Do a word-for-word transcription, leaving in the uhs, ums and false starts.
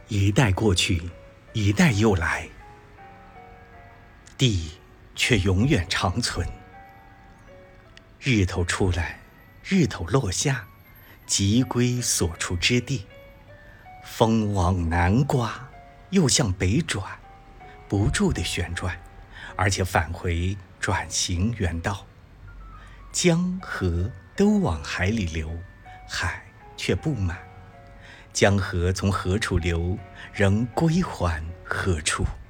一代过去，一代又来，地却永远长存。日头出来，日头落下，即归所处之地。风往南刮，又向北转，不住地旋转，而且返回转行原道。江河都往海里流，海却不满。江河从何处流，仍归还何处？